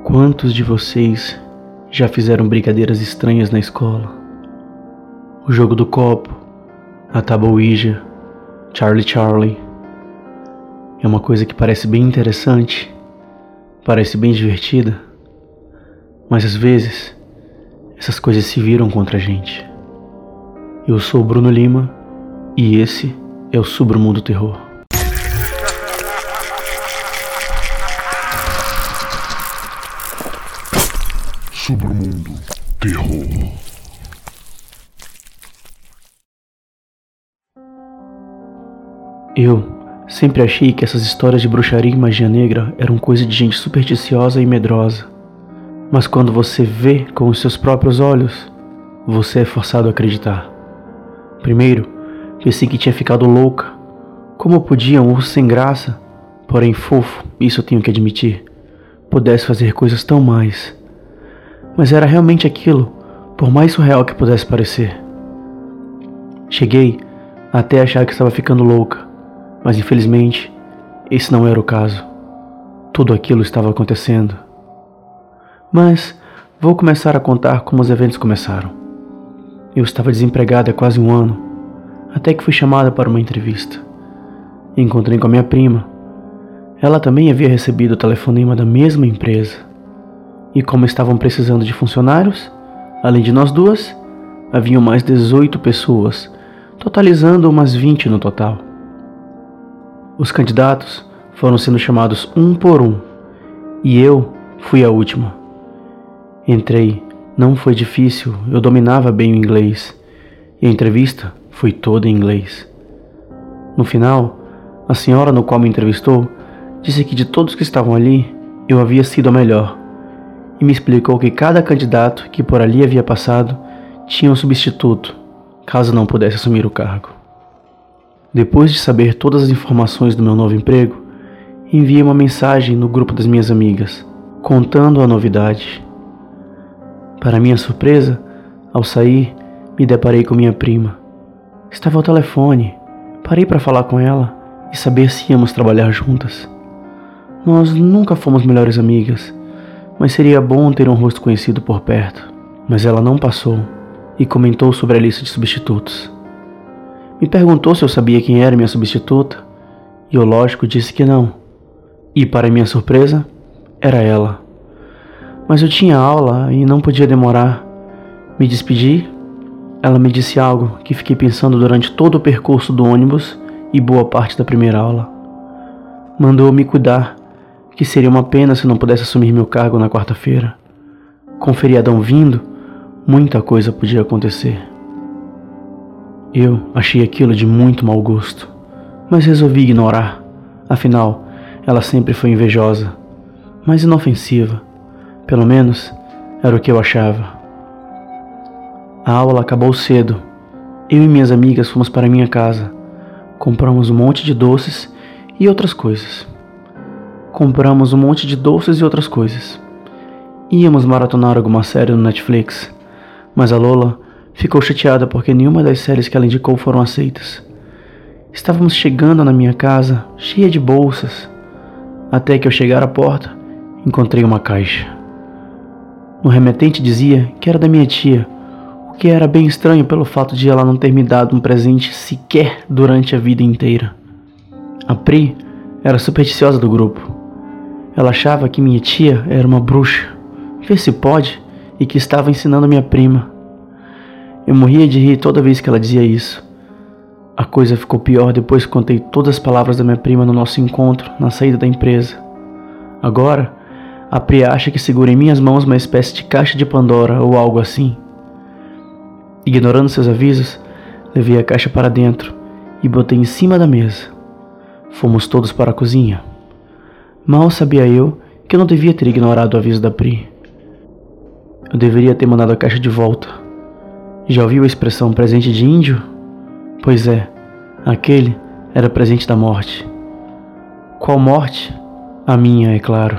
Quantos de vocês já fizeram brincadeiras estranhas na escola? O jogo do copo, a tábua Ouija, Charlie. É uma coisa que parece bem interessante, parece bem divertida, mas às vezes essas coisas se viram contra a gente. Eu sou o Bruno Lima e esse é o Submundo Terror. Submundo Terror. Eu sempre achei que essas histórias de bruxaria e magia negra eram coisa de gente supersticiosa e medrosa. Mas quando você vê com os seus próprios olhos, você é forçado a acreditar. Primeiro, pensei que tinha ficado louca. Como podia um urso sem graça, porém fofo, isso eu tenho que admitir, pudesse fazer coisas tão mais. Mas era realmente aquilo, por mais surreal que pudesse parecer. Cheguei até achar que estava ficando louca, mas infelizmente, esse não era o caso. Tudo aquilo estava acontecendo. Mas vou começar a contar como os eventos começaram. Eu estava desempregada há quase um ano, até que fui chamada para uma entrevista. Encontrei com a minha prima. Ela também havia recebido o telefonema da mesma empresa. E como estavam precisando de funcionários, além de nós duas, haviam mais 18 pessoas, totalizando umas 20 no total. Os candidatos foram sendo chamados um por um, e eu fui a última. Entrei, não foi difícil, eu dominava bem o inglês, e a entrevista foi toda em inglês. No final, a senhora no qual me entrevistou disse que de todos que estavam ali, eu havia sido a melhor, e me explicou que cada candidato que por ali havia passado tinha um substituto, caso não pudesse assumir o cargo. Depois de saber todas as informações do meu novo emprego, enviei uma mensagem no grupo das minhas amigas, contando a novidade. Para minha surpresa, ao sair, me deparei com minha prima. Estava ao telefone, parei para falar com ela e saber se íamos trabalhar juntas. Nós nunca fomos melhores amigas, mas seria bom ter um rosto conhecido por perto. Mas ela não passou e comentou sobre a lista de substitutos. Me perguntou se eu sabia quem era minha substituta, e eu lógico disse que não. E para minha surpresa, era ela. Mas eu tinha aula e não podia demorar. Me despedi, ela me disse algo que fiquei pensando durante todo o percurso do ônibus e boa parte da primeira aula. Mandou me cuidar, que seria uma pena se não pudesse assumir meu cargo na quarta-feira. Com o feriadão vindo, muita coisa podia acontecer. Eu achei aquilo de muito mau gosto, mas resolvi ignorar. Afinal, ela sempre foi invejosa, mas inofensiva. Pelo menos, era o que eu achava. A aula acabou cedo. Eu e minhas amigas fomos para minha casa. Compramos um monte de doces e outras coisas. Íamos maratonar alguma série no Netflix, mas a Lola ficou chateada porque nenhuma das séries que ela indicou foram aceitas. Estávamos chegando na minha casa, cheia de bolsas. Até que ao chegar à porta, encontrei uma caixa. No remetente dizia que era da minha tia, o que era bem estranho pelo fato de ela não ter me dado um presente sequer durante a vida inteira. A Pri era supersticiosa do grupo. Ela achava que minha tia era uma bruxa, vê se pode, e que estava ensinando minha prima. Eu morria de rir toda vez que ela dizia isso. A coisa ficou pior depois que contei todas as palavras da minha prima no nosso encontro na saída da empresa. Agora, a Pri acha que segura em minhas mãos uma espécie de caixa de Pandora ou algo assim. Ignorando seus avisos, levei a caixa para dentro e botei em cima da mesa. Fomos todos para a cozinha. Mal sabia eu que eu não devia ter ignorado o aviso da Pri. Eu deveria ter mandado a caixa de volta. Já ouviu a expressão presente de índio? Pois é, aquele era presente da morte. Qual morte? A minha, é claro.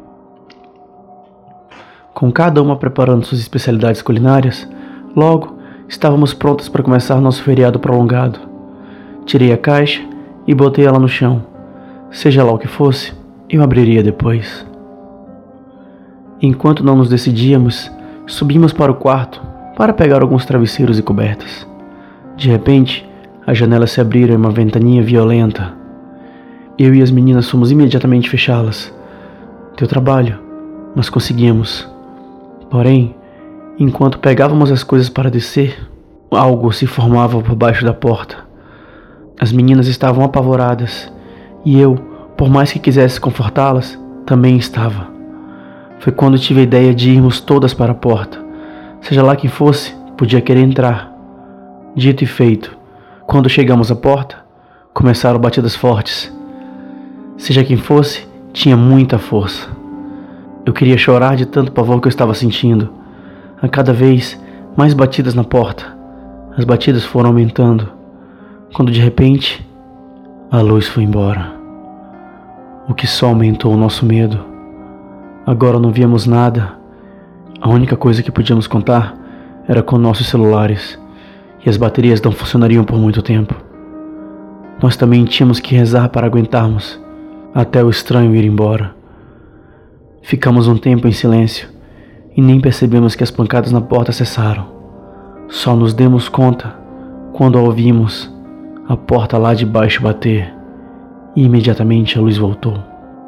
Com cada uma preparando suas especialidades culinárias, logo estávamos prontas para começar nosso feriado prolongado. Tirei a caixa e botei ela no chão. Seja lá o que fosse, eu abriria depois. Enquanto não nos decidíamos, subimos para o quarto para pegar alguns travesseiros e cobertas. De repente, as janelas se abriram em uma ventaninha violenta. Eu e as meninas fomos imediatamente fechá-las. Deu trabalho, mas conseguimos. Porém, enquanto pegávamos as coisas para descer, algo se formava por baixo da porta. As meninas estavam apavoradas e eu, por mais que quisesse confortá-las, também estava. Foi quando tive a ideia de irmos todas para a porta. Seja lá quem fosse, podia querer entrar. Dito e feito. Quando chegamos à porta, começaram batidas fortes. Seja quem fosse, tinha muita força. Eu queria chorar de tanto pavor que eu estava sentindo. A cada vez, mais batidas na porta. As batidas foram aumentando, quando de repente, a luz foi embora. O que só aumentou o nosso medo. Agora não víamos nada. A única coisa que podíamos contar era com nossos celulares, e as baterias não funcionariam por muito tempo. Nós também tínhamos que rezar para aguentarmos, até o estranho ir embora. Ficamos um tempo em silêncio, e nem percebemos que as pancadas na porta cessaram. Só nos demos conta quando ouvimos a porta lá de baixo bater, e imediatamente a luz voltou.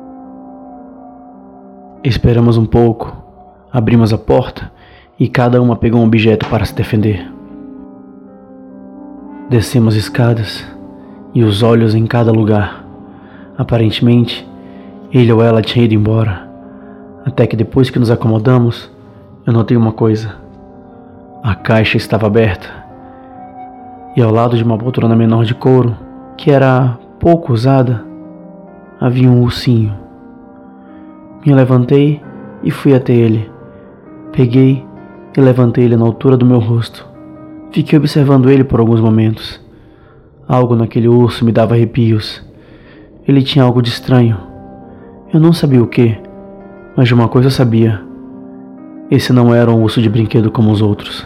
Esperamos um pouco, abrimos a porta e cada uma pegou um objeto para se defender. Descemos as escadas e os olhos em cada lugar. Aparentemente, ele ou ela tinha ido embora, até que depois que nos acomodamos, eu notei uma coisa. A caixa estava aberta e ao lado de uma poltrona menor de couro, que era pouco usada, havia um ursinho. Me levantei e fui até ele. Peguei e levantei ele na altura do meu rosto. Fiquei observando ele por alguns momentos. Algo naquele urso me dava arrepios. Ele tinha algo de estranho. Eu não sabia o que, mas de uma coisa eu sabia. Esse não era um urso de brinquedo como os outros.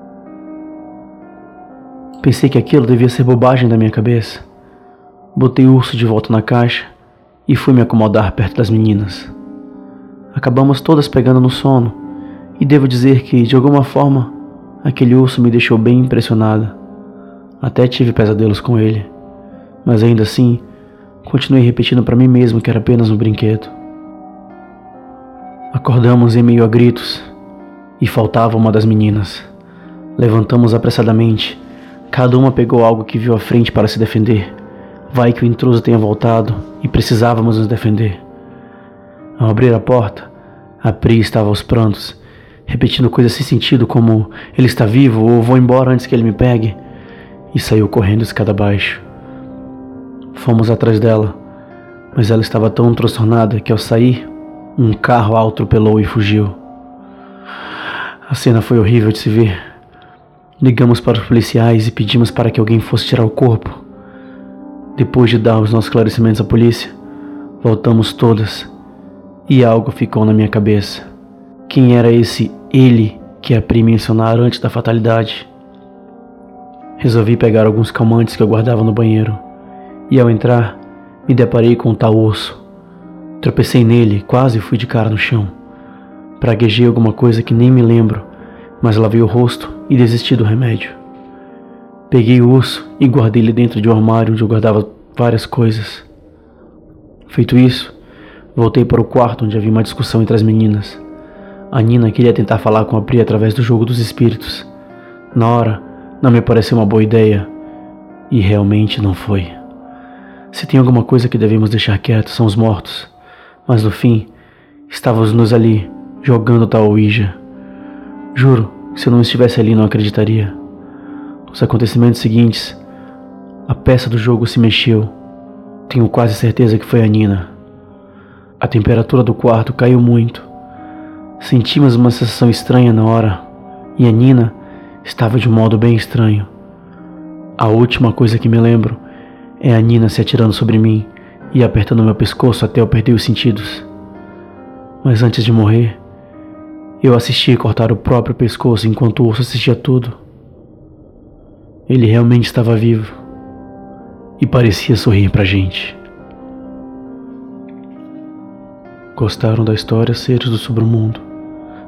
Pensei que aquilo devia ser bobagem da minha cabeça. Botei o urso de volta na caixa e fui me acomodar perto das meninas. Acabamos todas pegando no sono, e devo dizer que, de alguma forma, aquele urso me deixou bem impressionada. Até tive pesadelos com ele, mas ainda assim, continuei repetindo para mim mesmo que era apenas um brinquedo. Acordamos em meio a gritos, e faltava uma das meninas. Levantamos apressadamente, cada uma pegou algo que viu à frente para se defender. Vai que o intruso tenha voltado e precisávamos nos defender. Ao abrir a porta, a Pri estava aos prantos, repetindo coisas sem sentido como ele está vivo ou vou embora antes que ele me pegue, e saiu correndo escada abaixo. Fomos atrás dela, mas ela estava tão transtornada que ao sair, um carro a atropelou e fugiu. A cena foi horrível de se ver. Ligamos para os policiais e pedimos para que alguém fosse tirar o corpo. Depois de dar os nossos esclarecimentos à polícia, voltamos todas. E algo ficou na minha cabeça. Quem era esse ele que a Pri mencionara antes da fatalidade? Resolvi pegar alguns calmantes que eu guardava no banheiro. E ao entrar, me deparei com um tal urso. Tropecei nele, quase fui de cara no chão. Praguejei alguma coisa que nem me lembro, mas lavei o rosto e desisti do remédio. Peguei o urso e guardei ele dentro de um armário onde eu guardava várias coisas. Feito isso, voltei para o quarto onde havia uma discussão entre as meninas. A Nina queria tentar falar com a Pri através do jogo dos espíritos. Na hora, não me pareceu uma boa ideia. E realmente não foi. Se tem alguma coisa que devemos deixar quieto, são os mortos. Mas no fim, estávamos ali, jogando tal Ouija. Juro, se eu não estivesse ali não acreditaria. Nos acontecimentos seguintes, a peça do jogo se mexeu. Tenho quase certeza que foi a Nina. A temperatura do quarto caiu muito. Sentimos uma sensação estranha na hora, e a Nina estava de um modo bem estranho. A última coisa que me lembro é a Nina se atirando sobre mim e apertando meu pescoço até eu perder os sentidos. Mas antes de morrer, eu assisti cortar o próprio pescoço enquanto o urso assistia tudo. Ele realmente estava vivo e parecia sorrir pra gente. Gostaram da história, seres do submundo?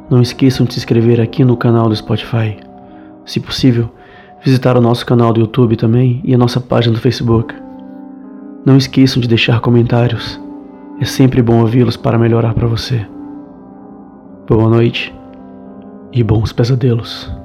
Não esqueçam de se inscrever aqui no canal do Spotify. Se possível, visitar o nosso canal do YouTube também e a nossa página do Facebook. Não esqueçam de deixar comentários. É sempre bom ouvi-los para melhorar para você. Boa noite e bons pesadelos.